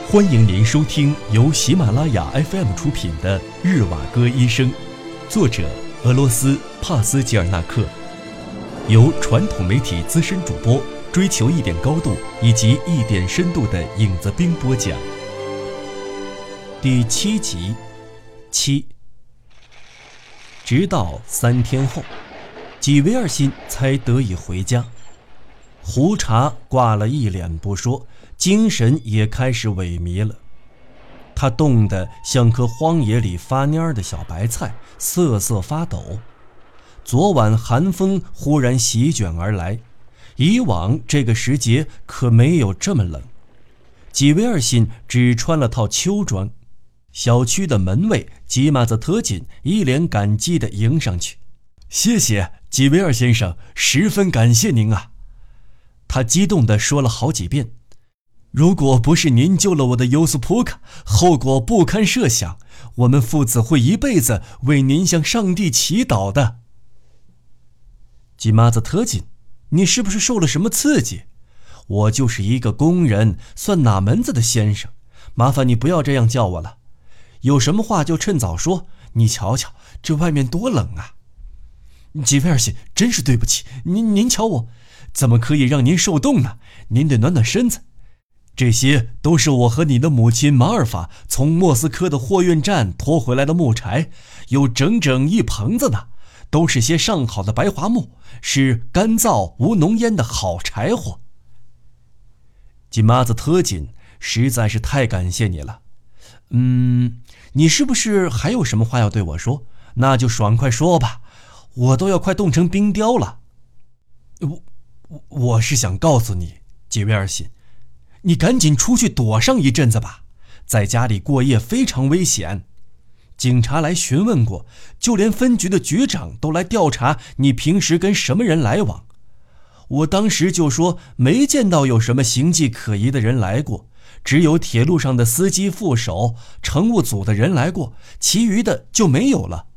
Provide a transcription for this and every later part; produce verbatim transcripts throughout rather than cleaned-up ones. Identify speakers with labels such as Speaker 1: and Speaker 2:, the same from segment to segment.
Speaker 1: 欢迎您收听由喜马拉雅 F M 出品的《日瓦戈医生》，作者俄罗斯帕斯吉尔纳克，由传统媒体资深主播追求一点高度以及一点深度的影子兵播讲。第七集，七。直到三天后，吉维尔辛才得以回家。胡茬挂了一脸不说，精神也开始萎靡了。他冻得像棵荒野里发蔫的小白菜，瑟瑟发抖。昨晚寒风忽然席卷而来，以往这个时节可没有这么冷。吉维尔辛只穿了套秋装，小区的门卫吉马泽特锦一脸感激地迎上去：“谢谢吉维尔先生，十分感谢您啊！”他激动地说了好几遍：“如果不是您救了我的尤斯普卡，后果不堪设想，我们父子会一辈子为您向上帝祈祷的。”吉马泽特锦，你是不是受了什么刺激？我就是一个工人，算哪门子的先生？麻烦你不要这样叫我了。有什么话就趁早说，你瞧瞧，这外面多冷啊！吉维尔辛，真是对不起，您您瞧我，怎么可以让您受冻呢？您得暖暖身子。这些都是我和你的母亲马尔法从莫斯科的货运站拖回来的木柴，有整整一棚子呢，都是些上好的白桦木，是干燥无浓烟的好柴火。吉马泽特锦，实在是太感谢你了。嗯，你是不是还有什么话要对我说？那就爽快说吧，我都要快冻成冰雕了。我我是想告诉你，吉维尔辛，你赶紧出去躲上一阵子吧，在家里过夜非常危险。警察来询问过，就连分局的局长都来调查你平时跟什么人来往。我当时就说没见到有什么形迹可疑的人来过，只有铁路上的司机副手、乘务组的人来过，其余的就没有了。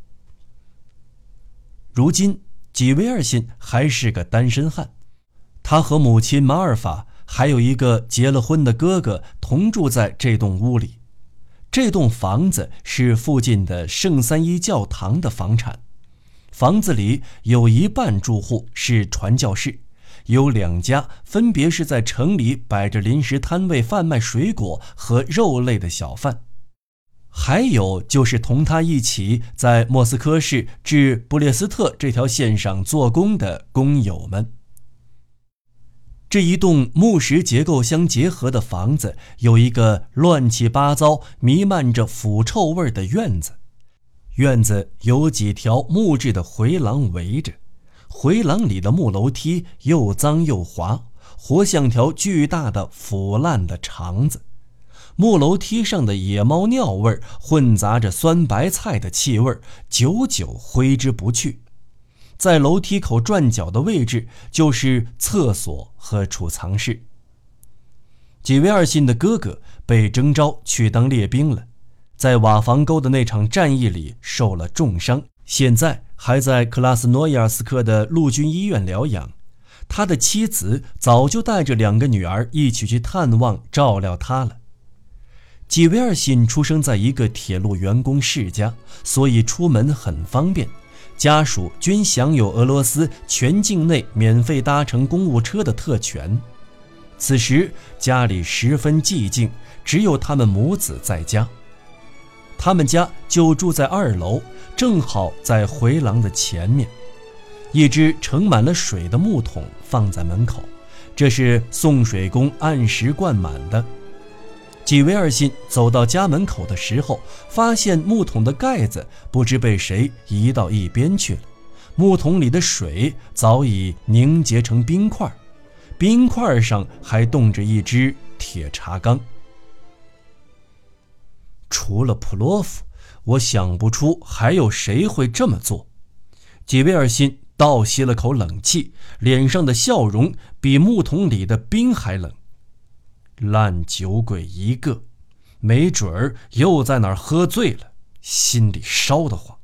Speaker 1: 如今吉维尔辛还是个单身汉，他和母亲马尔法还有一个结了婚的哥哥同住在这栋屋里。这栋房子是附近的圣三一教堂的房产，房子里有一半住户是传教士，有两家分别是在城里摆着临时摊位贩卖水果和肉类的小贩，还有就是同他一起在莫斯科市至布列斯特这条线上做工的工友们。这一栋木石结构相结合的房子有一个乱七八糟弥漫着腐臭味的院子，院子有几条木质的回廊围着，回廊里的木楼梯又脏又滑，活像条巨大的腐烂的肠子。木楼梯上的野猫尿味混杂着酸白菜的气味，久久挥之不去。在楼梯口转角的位置就是厕所和储藏室。吉维尔辛的哥哥被征召去当列兵了，在瓦房沟的那场战役里受了重伤，现在还在克拉斯诺亚尔斯克的陆军医院疗养。他的妻子早就带着两个女儿一起去探望照料他了。吉维尔辛出生在一个铁路员工世家，所以出门很方便，家属均享有俄罗斯全境内免费搭乘公务车的特权。此时家里十分寂静，只有他们母子在家。他们家就住在二楼，正好在回廊的前面。一只盛满了水的木桶放在门口，这是送水工按时灌满的。吉维尔辛走到家门口的时候，发现木桶的盖子不知被谁移到一边去了，木桶里的水早已凝结成冰块，冰块上还冻着一只铁茶缸。除了普洛夫，我想不出还有谁会这么做。吉维尔辛倒吸了口冷气，脸上的笑容比木桶里的冰还冷。烂酒鬼一个，没准儿又在哪儿喝醉了，心里烧得慌。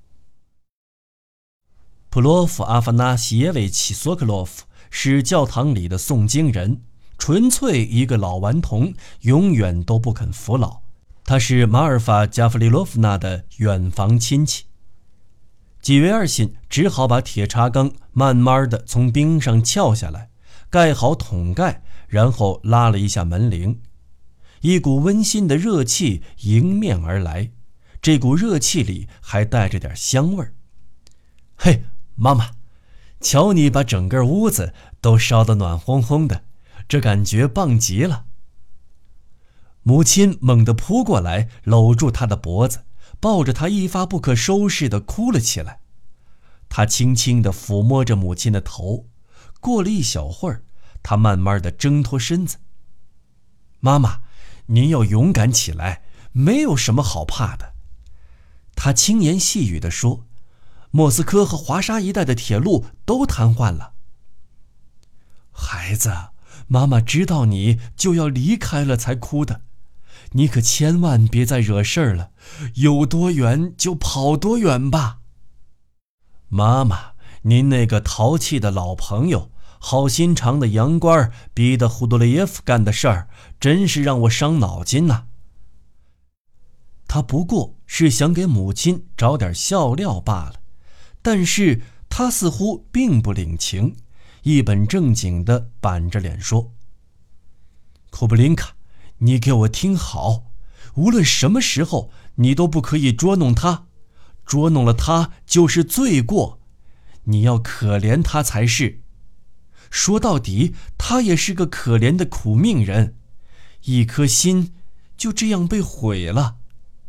Speaker 1: 普洛夫阿法纳西耶维奇索克洛夫是教堂里的诵经人， 纯粹一个老顽童，永远都不肯服老。他是马尔法·加弗里洛夫娜的远房亲戚。几维尔辛只好把铁茶缸慢慢地从冰上撬下来，盖好桶盖，然后拉了一下门铃。一股温馨的热气迎面而来，这股热气里还带着点香味儿。嘿，妈妈，瞧你把整个屋子都烧得暖烘烘的，这感觉棒极了。母亲猛地扑过来，搂住他的脖子，抱着他一发不可收拾地哭了起来。他轻轻地抚摸着母亲的头，过了一小会儿，他慢慢地挣脱身子。妈妈，您要勇敢起来，没有什么好怕的。他轻言细语地说，莫斯科和华沙一带的铁路都瘫痪了。孩子，妈妈知道你就要离开了才哭的，你可千万别再惹事儿了，有多远就跑多远吧。妈妈，您那个淘气的老朋友，好心肠的洋官彼得·胡多雷耶夫干的事儿，真是让我伤脑筋呐。他不过是想给母亲找点笑料罢了，但是他似乎并不领情，一本正经地板着脸说：库布林卡，你给我听好，无论什么时候你都不可以捉弄他，捉弄了他就是罪过，你要可怜他才是。说到底，他也是个可怜的苦命人，一颗心就这样被毁了。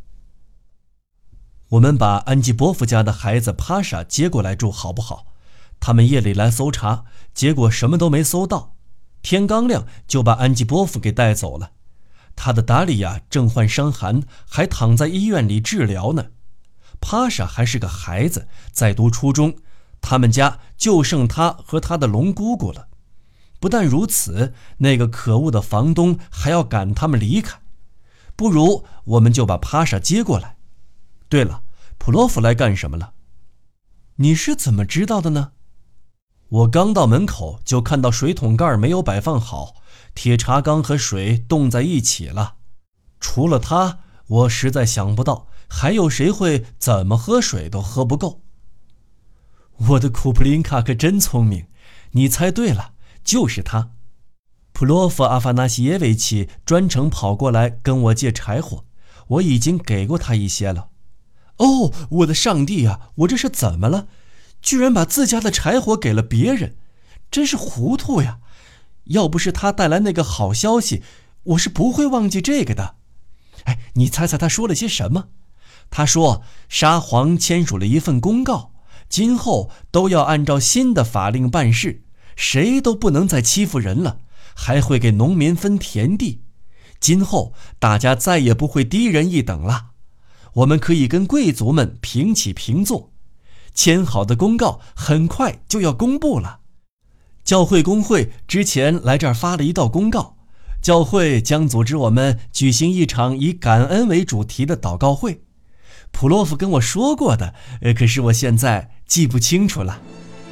Speaker 1: 我们把安吉波夫家的孩子帕莎接过来住好不好？他们夜里来搜查，结果什么都没搜到，天刚亮就把安吉波夫给带走了。他的达利亚正患伤寒，还躺在医院里治疗呢。帕莎还是个孩子，在读初中，他们家就剩他和他的龙姑姑了。不但如此，那个可恶的房东还要赶他们离开。不如我们就把帕莎接过来。对了，普洛夫来干什么了？你是怎么知道的呢？我刚到门口就看到水桶盖没有摆放好，铁茶缸和水冻在一起了。除了他，我实在想不到还有谁会怎么喝水都喝不够。我的库普林卡可真聪明，你猜对了，就是他。普洛夫阿法纳西耶维奇专程跑过来跟我借柴火，我已经给过他一些了。哦，我的上帝啊，我这是怎么了？居然把自家的柴火给了别人，真是糊涂呀！要不是他带来那个好消息，我是不会忘记这个的。哎，你猜猜他说了些什么？他说沙皇签署了一份公告，今后都要按照新的法令办事，谁都不能再欺负人了，还会给农民分田地，今后大家再也不会低人一等了，我们可以跟贵族们平起平坐。签好的公告很快就要公布了。教会工会之前来这儿发了一道公告，教会将组织我们举行一场以感恩为主题的祷告会。普洛夫跟我说过的，呃，可是我现在记不清楚了。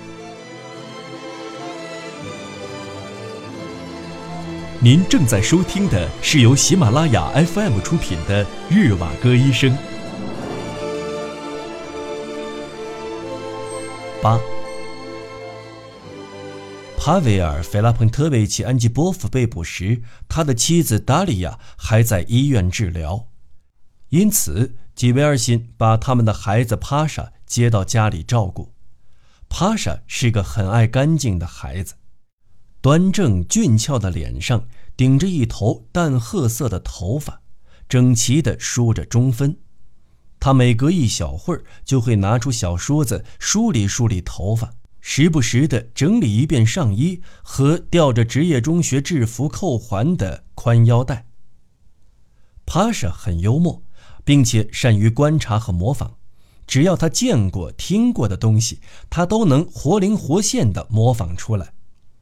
Speaker 1: 您正在收听的是由喜马拉雅 F M 出品的《日瓦戈医生》。八，帕维尔·费拉彭特维奇·安吉波夫被捕时，他的妻子达利亚还在医院治疗，因此吉维尔辛把他们的孩子帕莎接到家里照顾。帕莎是个很爱干净的孩子，端正俊俏的脸上顶着一头淡褐色的头发，整齐地梳着中分。他每隔一小会儿就会拿出小梳子梳理梳理头发，时不时地整理一遍上衣和吊着职业中学制服扣环的宽腰带。帕莎很幽默，并且善于观察和模仿，只要他见过听过的东西，他都能活灵活现地模仿出来。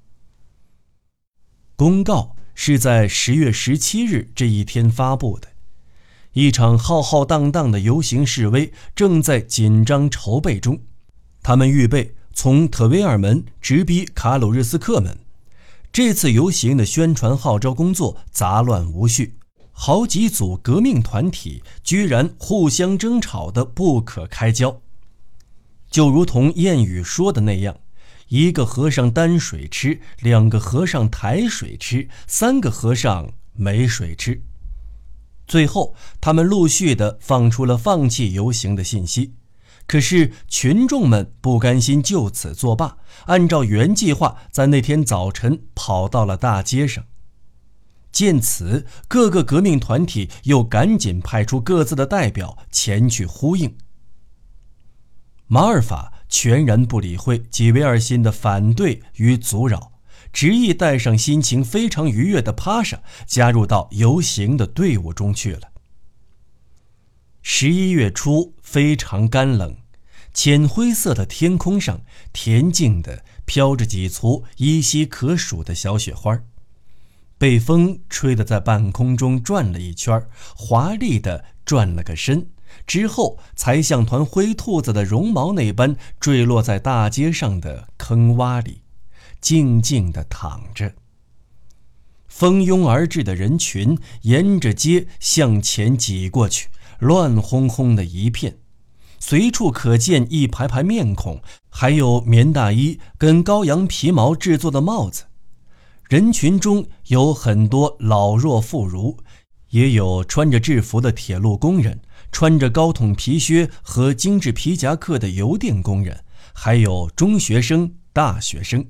Speaker 1: 公告是在十月十七日这一天发布的。一场浩浩荡荡的游行示威正在紧张筹备中，他们预备从特维尔门直逼卡鲁日斯克门， 这次游行的宣传号召工作杂乱无序，好几组革命团体居然互相争吵得不可开交。就如同谚语说的那样，一个和尚担水吃，两个和尚抬水吃，三个和尚没水吃。最后他们陆续地放出了放弃游行的信息，可是群众们不甘心就此作罢，按照原计划在那天早晨跑到了大街上。见此，各个革命团体又赶紧派出各自的代表前去呼应。马尔法全然不理会几维尔辛的反对与阻扰，执意带上心情非常愉悦的帕莎加入到游行的队伍中去了。十一月初非常干冷，浅灰色的天空上恬静地飘着几簇依稀可数的小雪花，被风吹得在半空中转了一圈，华丽地转了个身，之后才像团灰兔子的绒毛那般坠落在大街上的坑洼里，静静地躺着。蜂拥而至的人群沿着街向前挤过去，乱哄哄的一片，随处可见一排排面孔，还有棉大衣跟羔羊皮毛制作的帽子。人群中有很多老弱妇孺，也有穿着制服的铁路工人，穿着高筒皮靴和精致皮夹克的邮电工人，还有中学生、大学生。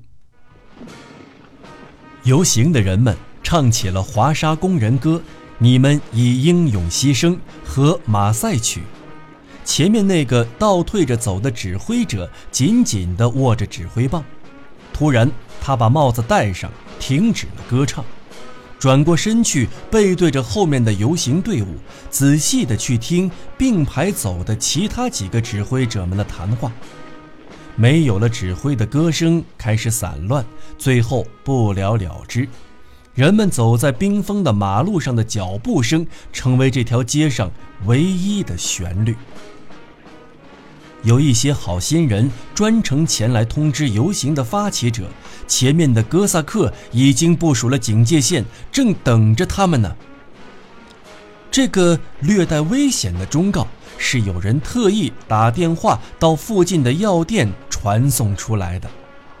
Speaker 1: 游行的人们唱起了华沙工人歌，你们以英勇牺牲和马赛曲。前面那个倒退着走的指挥者紧紧地握着指挥棒，突然他把帽子戴上，停止了歌唱，转过身去，背对着后面的游行队伍，仔细地去听并排走的其他几个指挥者们的谈话。没有了指挥的歌声开始散乱，最后不了了之。人们走在冰封的马路上的脚步声成为这条街上唯一的旋律。有一些好心人专程前来通知游行的发起者，前面的哥萨克已经部署了警戒线，正等着他们呢。这个略带危险的忠告是有人特意打电话到附近的药店传送出来的。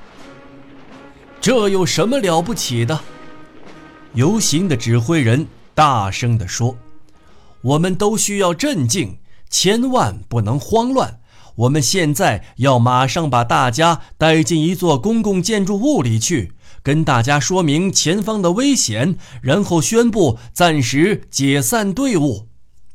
Speaker 1: 这有什么了不起的？游行的指挥人大声地说，我们都需要镇静，千万不能慌乱。我们现在要马上把大家带进一座公共建筑物里去，跟大家说明前方的危险，然后宣布暂时解散队伍。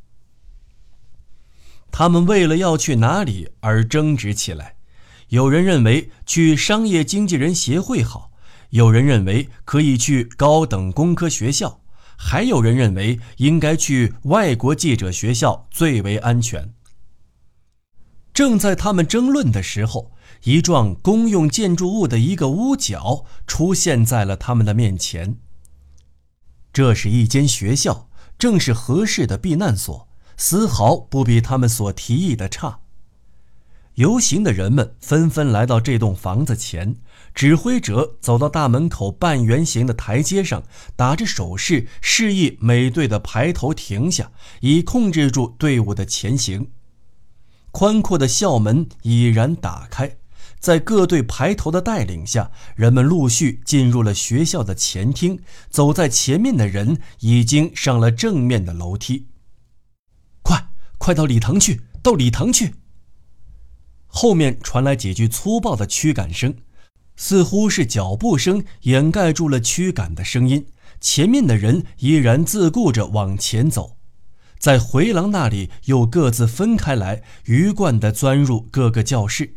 Speaker 1: 他们为了要去哪里而争执起来，有人认为去商业经纪人协会好，有人认为可以去高等工科学校，还有人认为应该去外国记者学校最为安全。正在他们争论的时候，一幢公用建筑物的一个屋角出现在了他们的面前。这是一间学校，正是合适的避难所，丝毫不比他们所提议的差。游行的人们纷纷来到这栋房子前，指挥者走到大门口半圆形的台阶上，打着手势示意每队的排头停下，以控制住队伍的前行。宽阔的校门已然打开，在各队排头的带领下，人们陆续进入了学校的前厅，走在前面的人已经上了正面的楼梯。快快到礼堂去，到礼堂去！后面传来几句粗暴的驱赶声，似乎是脚步声掩盖住了驱赶的声音。前面的人依然自顾着往前走，在回廊那里又各自分开来，鱼贯地钻入各个教室。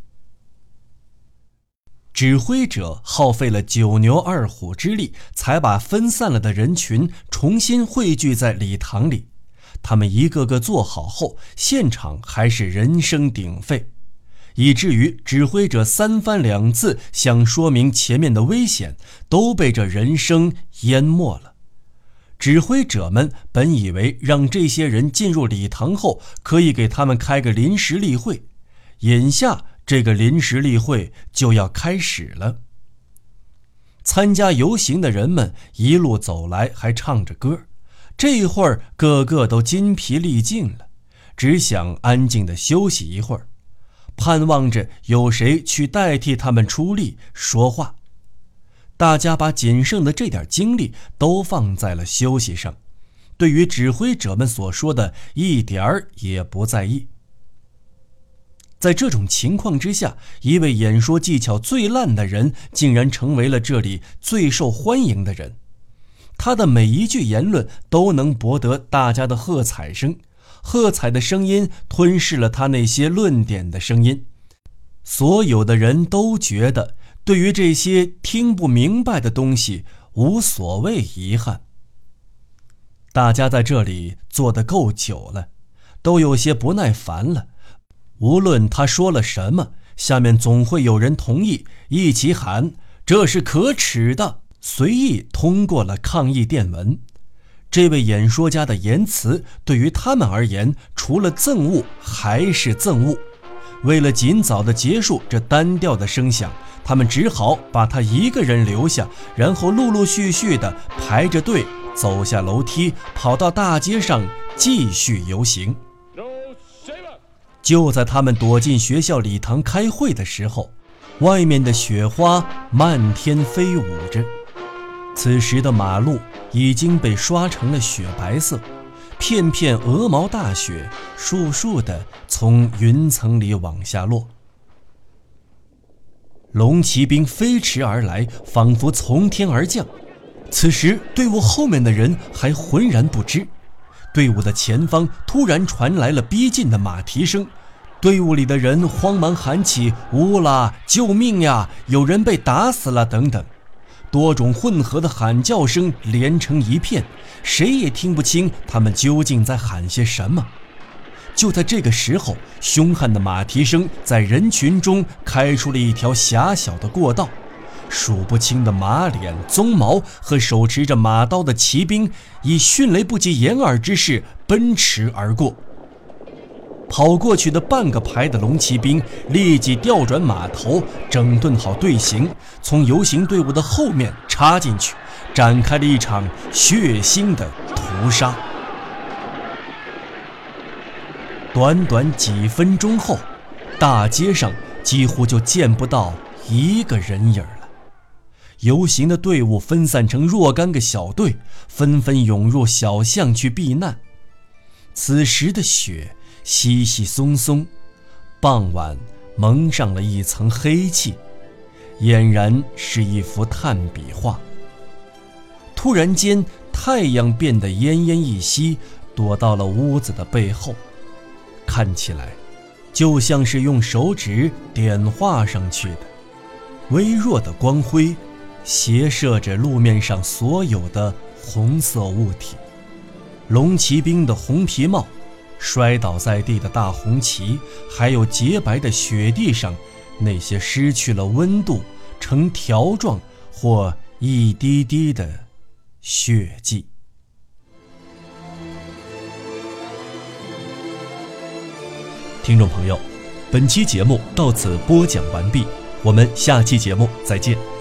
Speaker 1: 指挥者耗费了九牛二虎之力，才把分散了的人群重新汇聚在礼堂里。他们一个个坐好后，现场还是人声鼎沸，以至于指挥者三番两次想说明前面的危险，都被这人声淹没了。指挥者们本以为让这些人进入礼堂后，可以给他们开个临时例会，眼下这个临时例会就要开始了。 参加游行的人们一路走来，还唱着歌，这会儿个个都筋疲力尽了，只想安静地休息一会儿，盼望着有谁去代替他们出力说话。大家把仅剩的这点精力都放在了休息上，对于指挥者们所说的一点儿也不在意。在这种情况之下，一位演说技巧最烂的人竟然成为了这里最受欢迎的人。他的每一句言论都能博得大家的喝彩声，喝彩的声音吞噬了他那些论点的声音。所有的人都觉得对于这些听不明白的东西无所谓遗憾。大家在这里坐得够久了，都有些不耐烦了。无论他说了什么，下面总会有人同意，一起喊这是可耻的，随意通过了抗议电文。这位演说家的言辞对于他们而言，除了憎恶还是憎恶。为了尽早的结束这单调的声响，他们只好把他一个人留下，然后陆陆续续地排着队走下楼梯，跑到大街上继续游行。就在他们躲进学校礼堂开会的时候，外面的雪花漫天飞舞着。此时的马路已经被刷成了雪白色，片片鹅毛大雪簌簌地从云层里往下落。龙骑兵飞驰而来，仿佛从天而降。此时队伍后面的人还浑然不知，队伍的前方突然传来了逼近的马蹄声，队伍里的人慌忙喊起乌拉，救命呀，有人被打死了等等，多种混合的喊叫声连成一片，谁也听不清他们究竟在喊些什么。就在这个时候，凶悍的马蹄声在人群中开出了一条狭小的过道，数不清的马脸、鬃毛和手持着马刀的骑兵以迅雷不及掩耳之势奔驰而过。跑过去的半个排的龙骑兵立即调转马头，整顿好队形，从游行队伍的后面插进去，展开了一场血腥的屠杀。短短几分钟后，大街上几乎就见不到一个人影了。游行的队伍分散成若干个小队，纷纷涌入小巷去避难。此时的雪稀稀松松，傍晚蒙上了一层黑气，俨然是一幅炭笔画。突然间，太阳变得奄奄一息，躲到了屋子的背后，看起来就像是用手指点画上去的。微弱的光辉斜射着路面上所有的红色物体，龙骑兵的红皮帽，摔倒在地的大红旗，还有洁白的雪地上那些失去了温度呈条状或一滴滴的血迹。听众朋友，本期节目到此播讲完毕，我们下期节目再见。